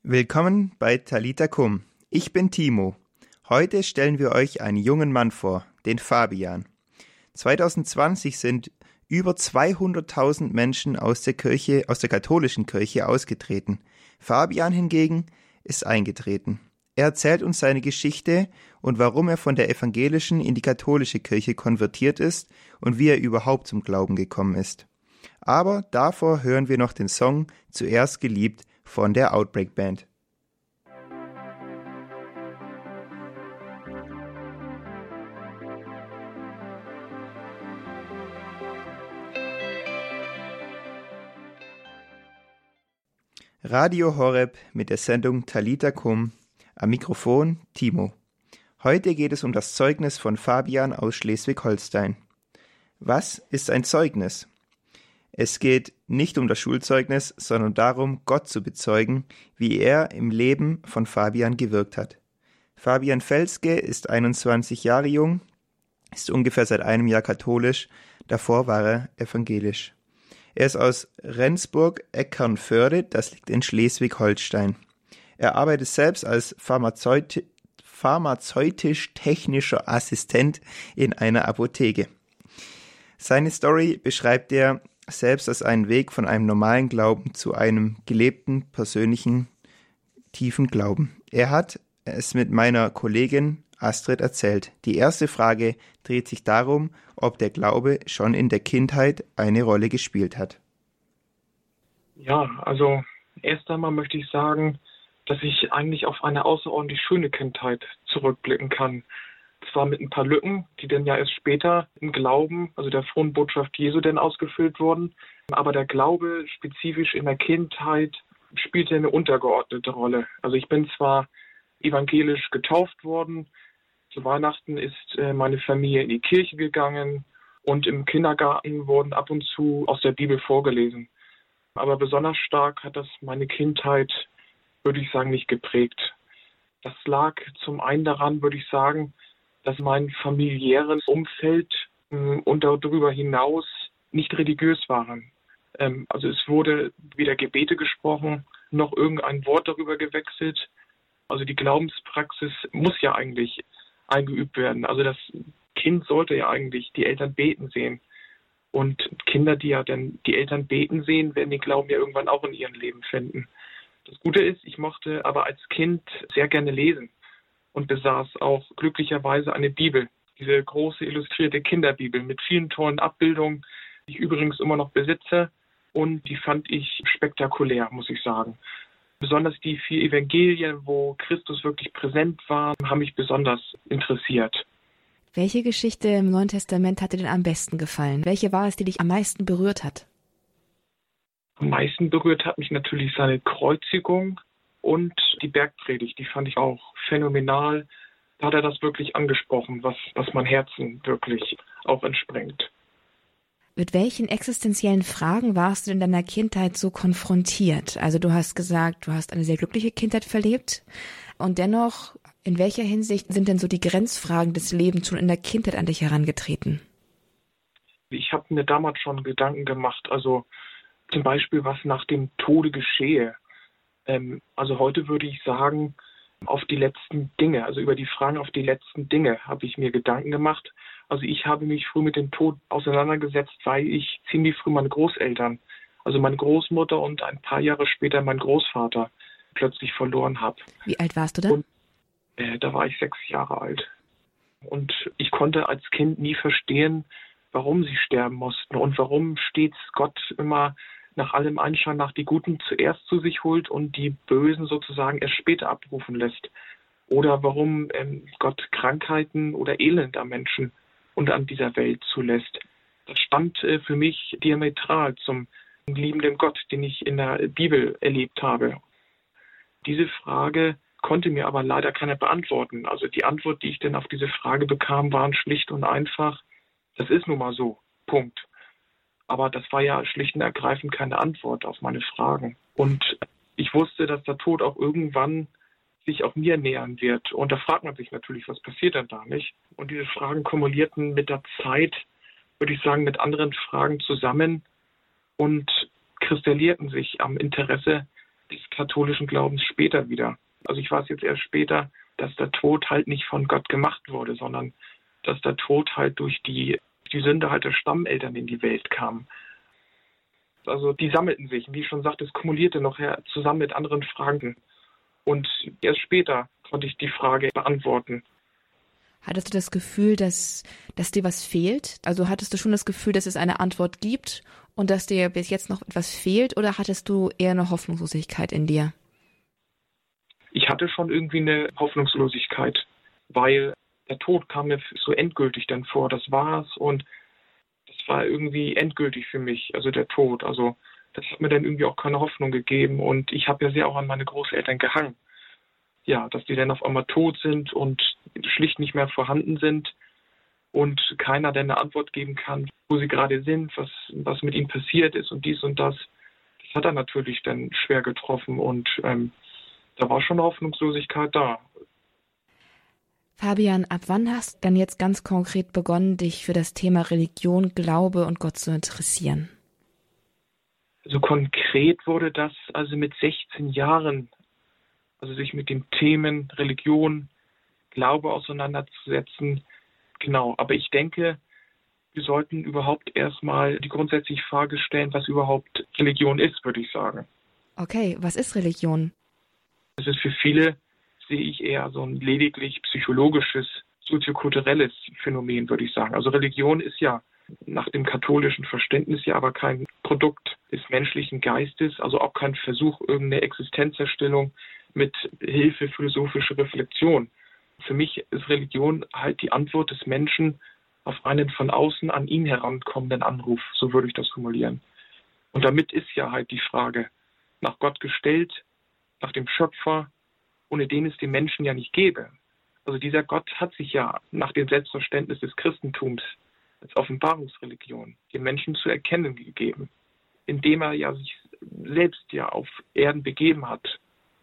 Willkommen bei Talita Kum. Ich bin Timo. Heute stellen wir euch einen jungen Mann vor, den Fabian. 2020 sind über 200.000 Menschen aus der katholischen Kirche ausgetreten. Fabian hingegen ist eingetreten. Er erzählt uns seine Geschichte und warum er von der evangelischen in die katholische Kirche konvertiert ist und wie er überhaupt zum Glauben gekommen ist. Aber davor hören wir noch den Song Zuerst geliebt von der Outbreak Band. Radio Horeb mit der Sendung Talita Kum, am Mikrofon Timo. Heute geht es um das Zeugnis von Fabian aus Schleswig-Holstein. Was ist ein Zeugnis? Es geht nicht um das Schulzeugnis, sondern darum, Gott zu bezeugen, wie er im Leben von Fabian gewirkt hat. Fabian Felske ist 21 Jahre jung, ist ungefähr seit einem Jahr katholisch, davor war er evangelisch. Er ist aus Rendsburg-Eckernförde, das liegt in Schleswig-Holstein. Er arbeitet selbst als pharmazeutisch-technischer Assistent in einer Apotheke. Seine Story beschreibt er selbst als einen Weg von einem normalen Glauben zu einem gelebten, persönlichen, tiefen Glauben. Er hat es mit meiner Kollegin Astrid erzählt. Die erste Frage dreht sich darum, ob der Glaube schon in der Kindheit eine Rolle gespielt hat. Ja, also erst einmal möchte ich sagen, dass ich eigentlich auf eine außerordentlich schöne Kindheit zurückblicken kann. Zwar mit ein paar Lücken, die dann ja erst später im Glauben, also der frohen Botschaft Jesu, dann ausgefüllt wurden. Aber der Glaube spezifisch in der Kindheit spielte eine untergeordnete Rolle. Also ich bin zwar evangelisch getauft worden, zu Weihnachten ist meine Familie in die Kirche gegangen und im Kindergarten wurden ab und zu aus der Bibel vorgelesen. Aber besonders stark hat das meine Kindheit, würde ich sagen, nicht geprägt. Das lag zum einen daran, würde ich sagen, dass mein familiäres Umfeld und darüber hinaus nicht religiös waren. Also es wurde weder Gebete gesprochen, noch irgendein Wort darüber gewechselt. Also die Glaubenspraxis muss ja eigentlich eingeübt werden. Also das Kind sollte ja eigentlich die Eltern beten sehen. Und Kinder, die ja dann die Eltern beten sehen, werden den Glauben ja irgendwann auch in ihrem Leben finden. Das Gute ist, ich mochte aber als Kind sehr gerne lesen und besaß auch glücklicherweise eine Bibel, diese große illustrierte Kinderbibel mit vielen tollen Abbildungen, die ich übrigens immer noch besitze, und die fand ich spektakulär, muss ich sagen. Besonders die 4 Evangelien, wo Christus wirklich präsent war, haben mich besonders interessiert. Welche Geschichte im Neuen Testament hat dir denn am besten gefallen? Welche war es, die dich am meisten berührt hat? Am meisten berührt hat mich natürlich seine Kreuzigung und die Bergpredigt. Die fand ich auch phänomenal. Da hat er das wirklich angesprochen, was mein Herzen wirklich auch entspringt. Mit welchen existenziellen Fragen warst du in deiner Kindheit so konfrontiert? Also du hast gesagt, du hast eine sehr glückliche Kindheit verlebt. Und dennoch, in welcher Hinsicht sind denn so die Grenzfragen des Lebens schon in der Kindheit an dich herangetreten? Ich habe mir damals schon Gedanken gemacht, also zum Beispiel, was nach dem Tode geschehe. Also heute würde ich sagen, auf die letzten Dinge, also über die Fragen auf die letzten Dinge habe ich mir Gedanken gemacht. Also ich habe mich früh mit dem Tod auseinandergesetzt, weil ich ziemlich früh meine Großeltern, also meine Großmutter und ein paar Jahre später meinen Großvater plötzlich verloren habe. Wie alt warst du da? Und, da war ich 6 Jahre alt. Und ich konnte als Kind nie verstehen, warum sie sterben mussten und warum stets Gott immer nach allem Anschein nach die Guten zuerst zu sich holt und die Bösen sozusagen erst später abrufen lässt. Oder warum Gott Krankheiten oder Elend am Menschen und an dieser Welt zulässt. Das stand für mich diametral zum liebenden Gott, den ich in der Bibel erlebt habe. Diese Frage konnte mir aber leider keiner beantworten. Also die Antwort, die ich dann auf diese Frage bekam, waren schlicht und einfach: Das ist nun mal so. Punkt. Aber das war ja schlicht und ergreifend keine Antwort auf meine Fragen. Und ich wusste, dass der Tod auch irgendwann sich auch mir nähern wird. Und da fragt man sich natürlich, was passiert denn da, nicht? Und diese Fragen kumulierten mit der Zeit, würde ich sagen, mit anderen Fragen zusammen und kristallierten sich am Interesse des katholischen Glaubens später wieder. Also ich weiß jetzt erst später, dass der Tod halt nicht von Gott gemacht wurde, sondern dass der Tod halt durch die Sünde halt der Stammeltern in die Welt kam. Also die sammelten sich, wie ich schon sagte, es kumulierte noch zusammen mit anderen Fragen. Und erst später konnte ich die Frage beantworten. Hattest du das Gefühl, dass dir was fehlt? Also hattest du schon das Gefühl, dass es eine Antwort gibt und dass dir bis jetzt noch etwas fehlt, oder hattest du eher eine Hoffnungslosigkeit in dir? Ich hatte schon irgendwie eine Hoffnungslosigkeit, weil der Tod kam mir so endgültig dann vor. Das war's und das war irgendwie endgültig für mich, also der Tod. Also das hat mir dann irgendwie auch keine Hoffnung gegeben und ich habe ja sehr auch an meine Großeltern gehangen. Ja, dass die dann auf einmal tot sind und schlicht nicht mehr vorhanden sind und keiner dann eine Antwort geben kann, wo sie gerade sind, was mit ihnen passiert ist und dies und das. Das hat er natürlich dann schwer getroffen und da war schon eine Hoffnungslosigkeit da. Fabian, ab wann hast du dann jetzt ganz konkret begonnen, dich für das Thema Religion, Glaube und Gott zu interessieren? Also konkret wurde das also mit 16 Jahren, also sich mit den Themen Religion, Glaube auseinanderzusetzen. Genau, aber ich denke, wir sollten überhaupt erstmal die grundsätzliche Frage stellen, was überhaupt Religion ist, würde ich sagen. Okay, was ist Religion? Es ist für viele, sehe ich, eher so ein lediglich psychologisches, soziokulturelles Phänomen, würde ich sagen. Also Religion ist ja nach dem katholischen Verständnis ja aber kein Produkt des menschlichen Geistes, also auch kein Versuch, irgendeine Existenzerstellung mit Hilfe philosophischer Reflexion. Für mich ist Religion halt die Antwort des Menschen auf einen von außen an ihn herankommenden Anruf, so würde ich das formulieren. Und damit ist ja halt die Frage nach Gott gestellt, nach dem Schöpfer, ohne den es den Menschen ja nicht gäbe. Also dieser Gott hat sich ja nach dem Selbstverständnis des Christentums als Offenbarungsreligion den Menschen zu erkennen gegeben, indem er ja sich selbst ja auf Erden begeben hat,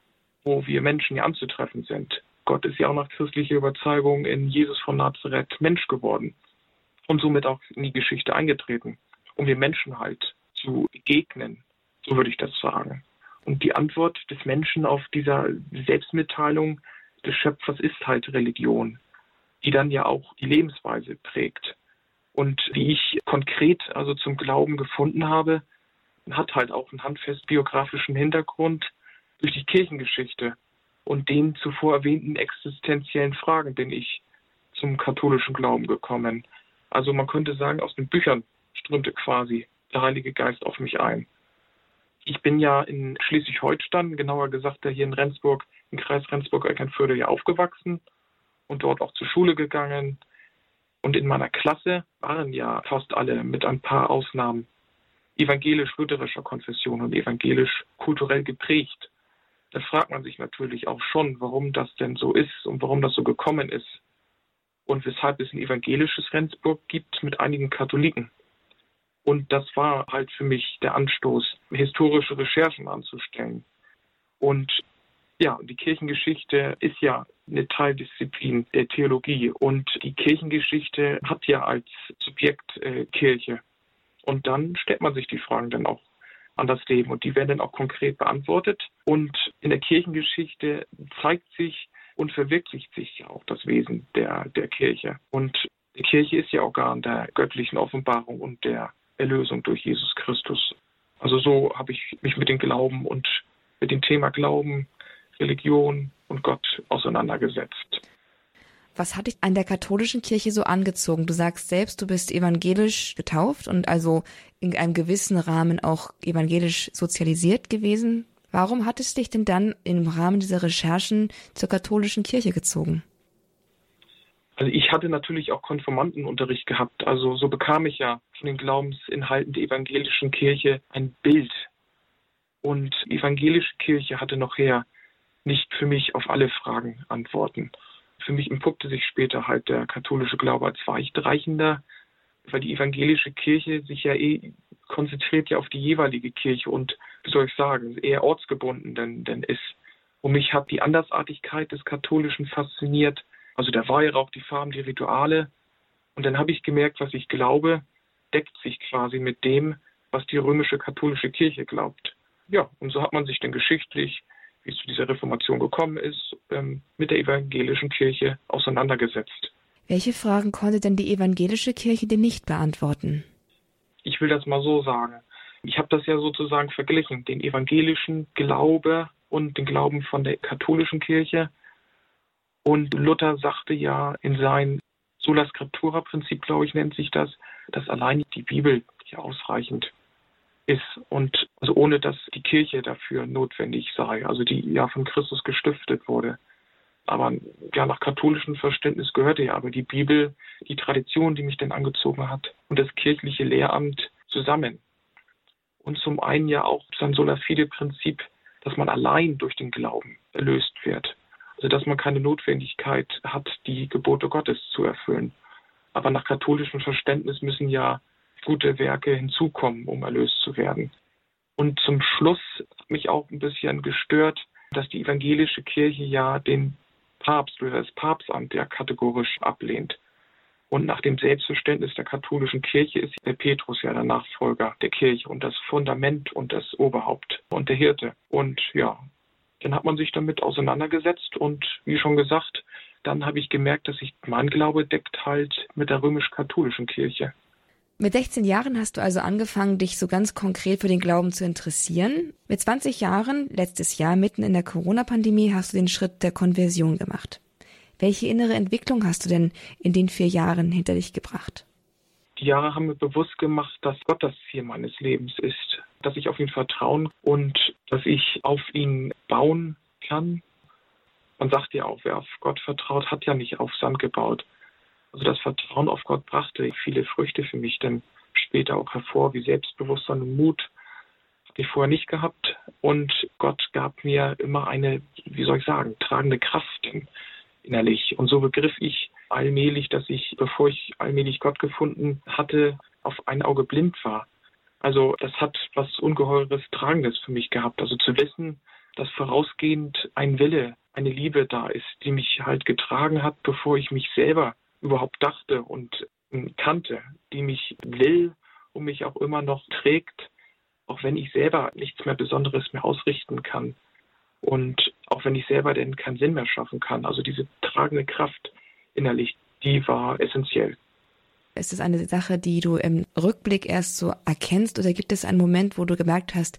wo wir Menschen ja anzutreffen sind. Gott ist ja auch nach christlicher Überzeugung in Jesus von Nazareth Mensch geworden und somit auch in die Geschichte eingetreten, um den Menschen halt zu begegnen, so würde ich das sagen. Und die Antwort des Menschen auf dieser Selbstmitteilung des Schöpfers ist halt Religion, die dann ja auch die Lebensweise prägt. Und wie ich konkret also zum Glauben gefunden habe, hat halt auch einen handfest biografischen Hintergrund durch die Kirchengeschichte. Und den zuvor erwähnten existenziellen Fragen bin ich zum katholischen Glauben gekommen. Also man könnte sagen, aus den Büchern strömte quasi der Heilige Geist auf mich ein. Ich bin ja in Schleswig-Holstein, genauer gesagt hier in Rendsburg, im Kreis Rendsburg-Eckernförde ja aufgewachsen und dort auch zur Schule gegangen. Und in meiner Klasse waren ja fast alle, mit ein paar Ausnahmen, evangelisch-lutherischer Konfession und evangelisch-kulturell geprägt. Da fragt man sich natürlich auch schon, warum das denn so ist und warum das so gekommen ist. Und weshalb es ein evangelisches Rendsburg gibt mit einigen Katholiken. Und das war halt für mich der Anstoß, historische Recherchen anzustellen. Und ja, die Kirchengeschichte ist ja eine Teildisziplin der Theologie. Und die Kirchengeschichte hat ja als Subjekt Kirche. Und dann stellt man sich die Fragen dann auch an das Leben. Und die werden dann auch konkret beantwortet. Und in der Kirchengeschichte zeigt sich und verwirklicht sich ja auch das Wesen der Kirche. Und die Kirche ist ja Organ der göttlichen Offenbarung und der Erlösung durch Jesus Christus. Also so habe ich mich mit dem Glauben und mit dem Thema Glauben, Religion und Gott auseinandergesetzt. Was hat dich an der katholischen Kirche so angezogen? Du sagst selbst, du bist evangelisch getauft und also in einem gewissen Rahmen auch evangelisch sozialisiert gewesen. Warum hat es dich denn dann im Rahmen dieser Recherchen zur katholischen Kirche gezogen? Also ich hatte natürlich auch Konfirmandenunterricht gehabt. Also so bekam ich ja von den Glaubensinhalten der evangelischen Kirche ein Bild. Und die evangelische Kirche hatte nachher nicht für mich auf alle Fragen Antworten. Für mich entpuppte sich später halt der katholische Glaube als weitreichender, weil die evangelische Kirche sich ja konzentriert ja auf die jeweilige Kirche und, wie soll ich sagen, eher ortsgebunden denn ist. Und mich hat die Andersartigkeit des Katholischen fasziniert, also der Weihrauch, die Farben, die Rituale. Und dann habe ich gemerkt, was ich glaube, deckt sich quasi mit dem, was die römische katholische Kirche glaubt. Ja, und so hat man sich dann geschichtlich, wie es zu dieser Reformation gekommen ist, mit der evangelischen Kirche auseinandergesetzt. Welche Fragen konnte denn die evangelische Kirche dir nicht beantworten? Ich will das mal so sagen. Ich habe das ja sozusagen verglichen, den evangelischen Glaube und den Glauben von der katholischen Kirche. Und Luther sagte ja in sein Sola Scriptura-Prinzip, glaube ich, nennt sich das, dass allein die Bibel ja ausreichend ist und also ohne, dass die Kirche dafür notwendig sei, also die ja von Christus gestiftet wurde. Aber ja, nach katholischem Verständnis gehörte ja aber die Bibel, die Tradition, die mich denn angezogen hat, und das kirchliche Lehramt zusammen. Und zum einen ja auch sein Sola Fide-Prinzip, dass man allein durch den Glauben erlöst wird. Also dass man keine Notwendigkeit hat, die Gebote Gottes zu erfüllen. Aber nach katholischem Verständnis müssen ja gute Werke hinzukommen, um erlöst zu werden. Und zum Schluss hat mich auch ein bisschen gestört, dass die evangelische Kirche ja den Papst oder das Papstamt ja kategorisch ablehnt. Und nach dem Selbstverständnis der katholischen Kirche ist der Petrus ja der Nachfolger der Kirche und das Fundament und das Oberhaupt und der Hirte. Und ja, dann hat man sich damit auseinandergesetzt und wie schon gesagt, dann habe ich gemerkt, dass sich mein Glaube deckt halt mit der römisch-katholischen Kirche. Mit 16 Jahren hast du also angefangen, dich so ganz konkret für den Glauben zu interessieren. Mit 20 Jahren, letztes Jahr, mitten in der Corona-Pandemie, hast du den Schritt der Konversion gemacht. Welche innere Entwicklung hast du denn in den 4 Jahren hinter dich gebracht? Die Jahre haben mir bewusst gemacht, dass Gott das Ziel meines Lebens ist, dass ich auf ihn vertrauen und dass ich auf ihn bauen kann. Man sagt ja auch, wer auf Gott vertraut, hat ja nicht auf Sand gebaut. Also das Vertrauen auf Gott brachte viele Früchte für mich dann später auch hervor, wie Selbstbewusstsein und Mut. Hatte ich vorher nicht gehabt. Und Gott gab mir immer eine, wie soll ich sagen, tragende Kraft innerlich. Und so begriff ich allmählich, dass ich, bevor ich allmählich Gott gefunden hatte, auf ein Auge blind war. Also das hat was Ungeheures Tragendes für mich gehabt. Also zu wissen, dass vorausgehend ein Wille, eine Liebe da ist, die mich halt getragen hat, bevor ich mich selber überhaupt dachte und kannte, die mich will und mich auch immer noch trägt, auch wenn ich selber nichts mehr Besonderes mehr ausrichten kann und auch wenn ich selber denn keinen Sinn mehr schaffen kann. Also diese tragende Kraft innerlich, die war essentiell. Ist es eine Sache, die du im Rückblick erst so erkennst oder gibt es einen Moment, wo du merktest,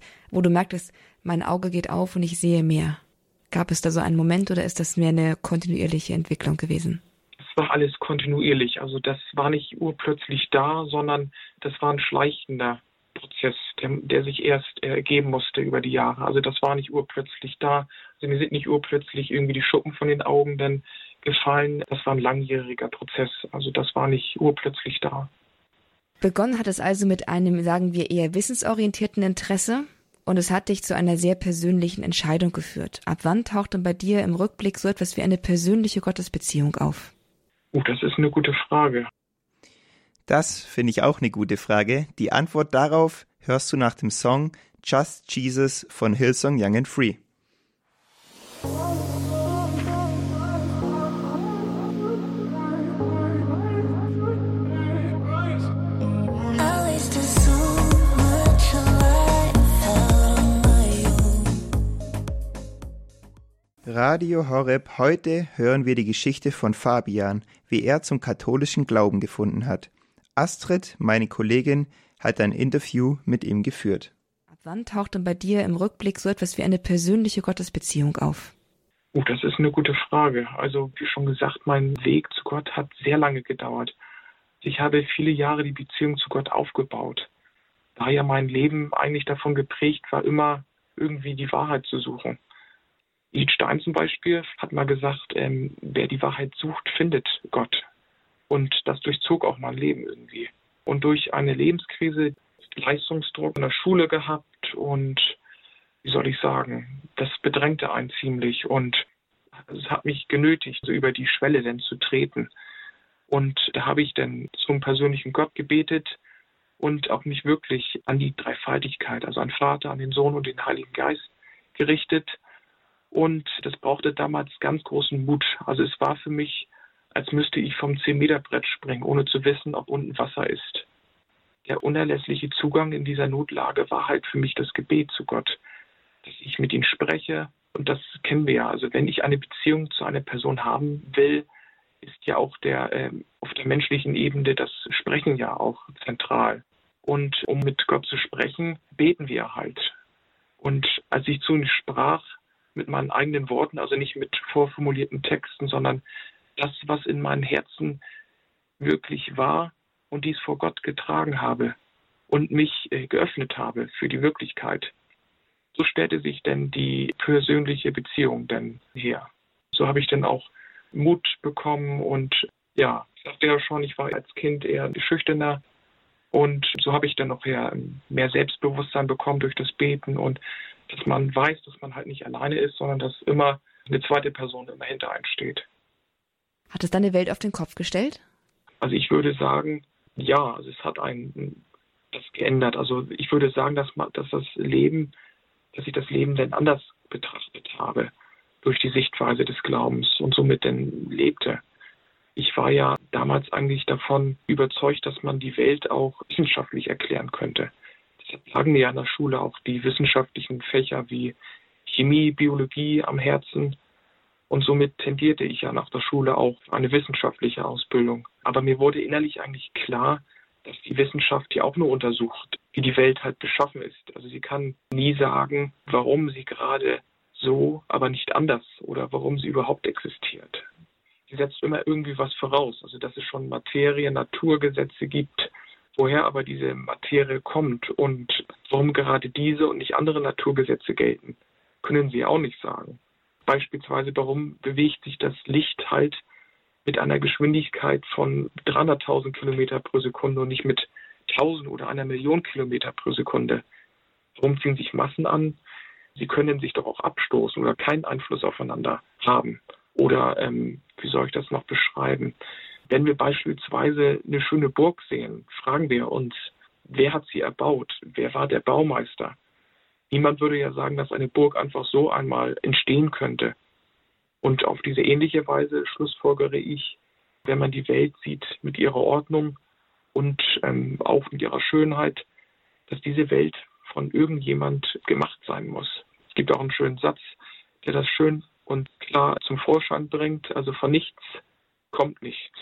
mein Auge geht auf und ich sehe mehr? Gab es da so einen Moment oder ist das mehr eine kontinuierliche Entwicklung gewesen? Es war alles kontinuierlich. Also das war nicht urplötzlich da, sondern das war ein schleichender Prozess, der sich erst ergeben musste über die Jahre. Also das war nicht urplötzlich da. Also mir sind nicht urplötzlich irgendwie die Schuppen von den Augen dann gefallen. Das war ein langjähriger Prozess. Also das war nicht urplötzlich da. Begonnen hat es also mit einem, sagen wir, eher wissensorientierten Interesse und es hat dich zu einer sehr persönlichen Entscheidung geführt. Ab wann taucht denn bei dir im Rückblick so etwas wie eine persönliche Gottesbeziehung auf? Das ist eine gute Frage. Das finde ich auch eine gute Frage. Die Antwort darauf hörst du nach dem Song Just Jesus von Hillsong Young and Free. Radio Horeb, heute hören wir die Geschichte von Fabian, wie er zum katholischen Glauben gefunden hat. Astrid, meine Kollegin, hat ein Interview mit ihm geführt. Ab wann taucht denn bei dir im Rückblick so etwas wie eine persönliche Gottesbeziehung auf? Das ist eine gute Frage. Also wie schon gesagt, mein Weg zu Gott hat sehr lange gedauert. Ich habe viele Jahre die Beziehung zu Gott aufgebaut. Da ja mein Leben eigentlich davon geprägt war, immer irgendwie die Wahrheit zu suchen. Edith Stein zum Beispiel hat mal gesagt, wer die Wahrheit sucht, findet Gott. Und das durchzog auch mein Leben irgendwie. Und durch eine Lebenskrise, Leistungsdruck in der Schule gehabt und, wie soll ich sagen, das bedrängte einen ziemlich. Und es hat mich genötigt, so über die Schwelle denn zu treten. Und da habe ich dann zum persönlichen Gott gebetet und auch mich wirklich an die Dreifaltigkeit, also an Vater, an den Sohn und den Heiligen Geist gerichtet. Und das brauchte damals ganz großen Mut. Also es war für mich, als müsste ich vom 10-Meter-Brett springen, ohne zu wissen, ob unten Wasser ist. Der unerlässliche Zugang in dieser Notlage war halt für mich das Gebet zu Gott. dass ich mit ihnen spreche. Und das kennen wir ja. Also wenn ich eine Beziehung zu einer Person haben will, ist ja auch auf der menschlichen Ebene das Sprechen ja auch zentral. Und um mit Gott zu sprechen, beten wir halt. Und als ich zu ihnen sprach, mit meinen eigenen Worten, also nicht mit vorformulierten Texten, sondern das, was in meinem Herzen wirklich war und dies vor Gott getragen habe und mich geöffnet habe für die Wirklichkeit. So stellte sich denn die persönliche Beziehung dann her. So habe ich dann auch Mut bekommen und ja, ich sagte ja schon, ich war als Kind eher schüchterner und so habe ich dann noch mehr Selbstbewusstsein bekommen durch das Beten und dass man weiß, dass man halt nicht alleine ist, sondern dass immer eine zweite Person immer hinter einem steht. Hat es deine Welt auf den Kopf gestellt? Also ich würde sagen, ja, also es hat das geändert. Also ich würde sagen, dass ich das Leben dann anders betrachtet habe durch die Sichtweise des Glaubens und somit dann lebte. Ich war ja damals eigentlich davon überzeugt, dass man die Welt auch wissenschaftlich erklären könnte. Deshalb lagen mir ja in der Schule auch die wissenschaftlichen Fächer wie Chemie, Biologie am Herzen. Und somit tendierte ich ja nach der Schule auch eine wissenschaftliche Ausbildung. Aber mir wurde innerlich eigentlich klar, dass die Wissenschaft ja auch nur untersucht, wie die Welt halt beschaffen ist. Also sie kann nie sagen, warum sie gerade so, aber nicht anders oder warum sie überhaupt existiert. Sie setzt immer irgendwie was voraus, also dass es schon Materie, Naturgesetze gibt, woher aber diese Materie kommt und warum gerade diese und nicht andere Naturgesetze gelten, können sie auch nicht sagen. Beispielsweise, warum bewegt sich das Licht halt mit einer Geschwindigkeit von 300.000 Kilometer pro Sekunde und nicht mit 1000 oder 1.000.000 Kilometer pro Sekunde? Warum ziehen sich Massen an? Sie können sich doch auch abstoßen oder keinen Einfluss aufeinander haben. Oder, wie soll ich das noch beschreiben? Wenn wir beispielsweise eine schöne Burg sehen, fragen wir uns, wer hat sie erbaut? Wer war der Baumeister? Niemand würde ja sagen, dass eine Burg einfach so einmal entstehen könnte. Und auf diese ähnliche Weise schlussfolgere ich, wenn man die Welt sieht mit ihrer Ordnung und auch mit ihrer Schönheit, dass diese Welt von irgendjemand gemacht sein muss. Es gibt auch einen schönen Satz, der das schön und klar zum Vorschein bringt. Also von nichts kommt nichts.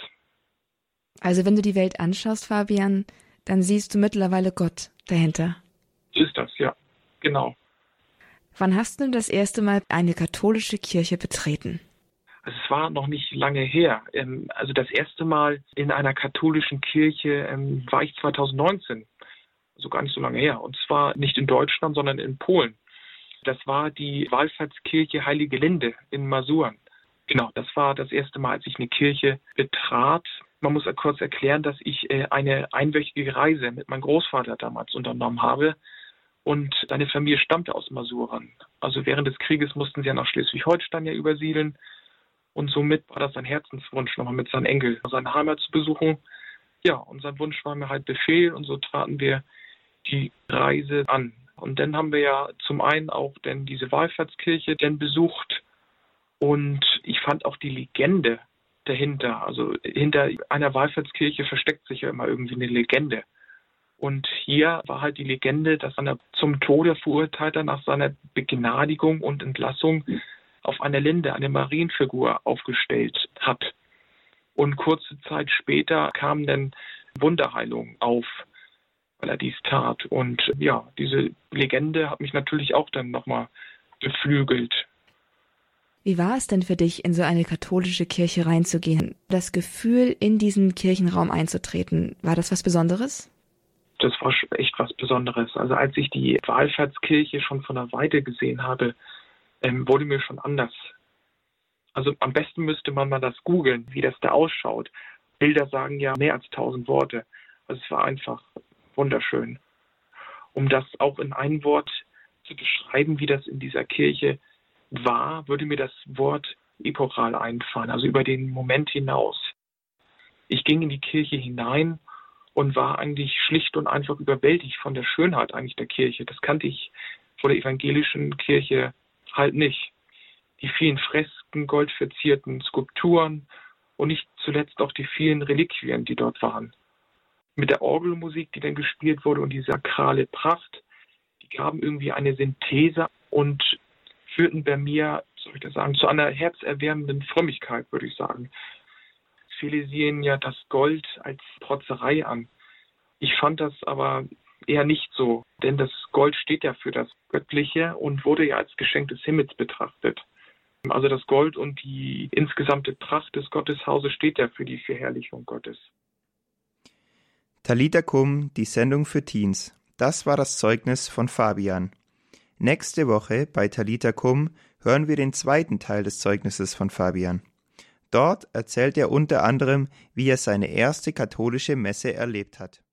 Also wenn du die Welt anschaust, Fabian, dann siehst du mittlerweile Gott dahinter. So ist das, ja. Genau. Wann hast du das erste Mal eine katholische Kirche betreten? Also es war noch nicht lange her. Also das erste Mal in einer katholischen Kirche war ich 2019. Also gar nicht so lange her. Und zwar nicht in Deutschland, sondern in Polen. Das war die Wallfahrtskirche Heilige Linde in Masuren. Genau, das war das erste Mal, als ich eine Kirche betrat. Man muss kurz erklären, dass ich eine einwöchige Reise mit meinem Großvater damals unternommen habe. Und seine Familie stammte aus Masuren. Also während des Krieges mussten sie ja nach Schleswig-Holstein ja übersiedeln. Und somit war das sein Herzenswunsch, nochmal mit seinem Enkel seine Heimat zu besuchen. Ja, und sein Wunsch war mir halt Befehl und so traten wir die Reise an. Und dann haben wir ja zum einen auch dann diese Wallfahrtskirche dann besucht. Und ich fand auch die Legende dahinter. Also hinter einer Wallfahrtskirche versteckt sich ja immer irgendwie eine Legende. Und hier war halt die Legende, dass einer zum Tode Verurteilter nach seiner Begnadigung und Entlassung auf einer Linde eine Marienfigur aufgestellt hat. Und kurze Zeit später kam dann Wunderheilung auf, weil er dies tat. Und ja, diese Legende hat mich natürlich auch dann nochmal beflügelt. Wie war es denn für dich, in so eine katholische Kirche reinzugehen? Das Gefühl, in diesen Kirchenraum einzutreten, war das was Besonderes? Das war echt was Besonderes. Also als ich die Wallfahrtskirche schon von der Weite gesehen habe, wurde mir schon anders. Also am besten müsste man mal das googeln, wie das da ausschaut. Bilder sagen ja mehr als 1000 Worte. Also es war einfach wunderschön. Um das auch in ein Wort zu beschreiben, wie das in dieser Kirche war, würde mir das Wort epochal einfallen, also über den Moment hinaus. Ich ging in die Kirche hinein und war eigentlich schlicht und einfach überwältigt von der Schönheit eigentlich der Kirche. Das kannte ich vor der evangelischen Kirche halt nicht. Die vielen Fresken, goldverzierten Skulpturen und nicht zuletzt auch die vielen Reliquien, die dort waren. Mit der Orgelmusik, die dann gespielt wurde und die sakrale Pracht, die gaben irgendwie eine Synthese und führten bei mir, soll ich das sagen, zu einer herzerwärmenden Frömmigkeit, würde ich sagen. Viele sehen ja das Gold als Protzerei an. Ich fand das aber eher nicht so, denn das Gold steht ja für das Göttliche und wurde ja als Geschenk des Himmels betrachtet. Also das Gold und die insgesamte Pracht des Gotteshauses steht ja für die Verherrlichung Gottes. Talita Kum, die Sendung für Teens. Das war das Zeugnis von Fabian. Nächste Woche bei Talita Kum hören wir den zweiten Teil des Zeugnisses von Fabian. Dort erzählt er unter anderem, wie er seine erste katholische Messe erlebt hat.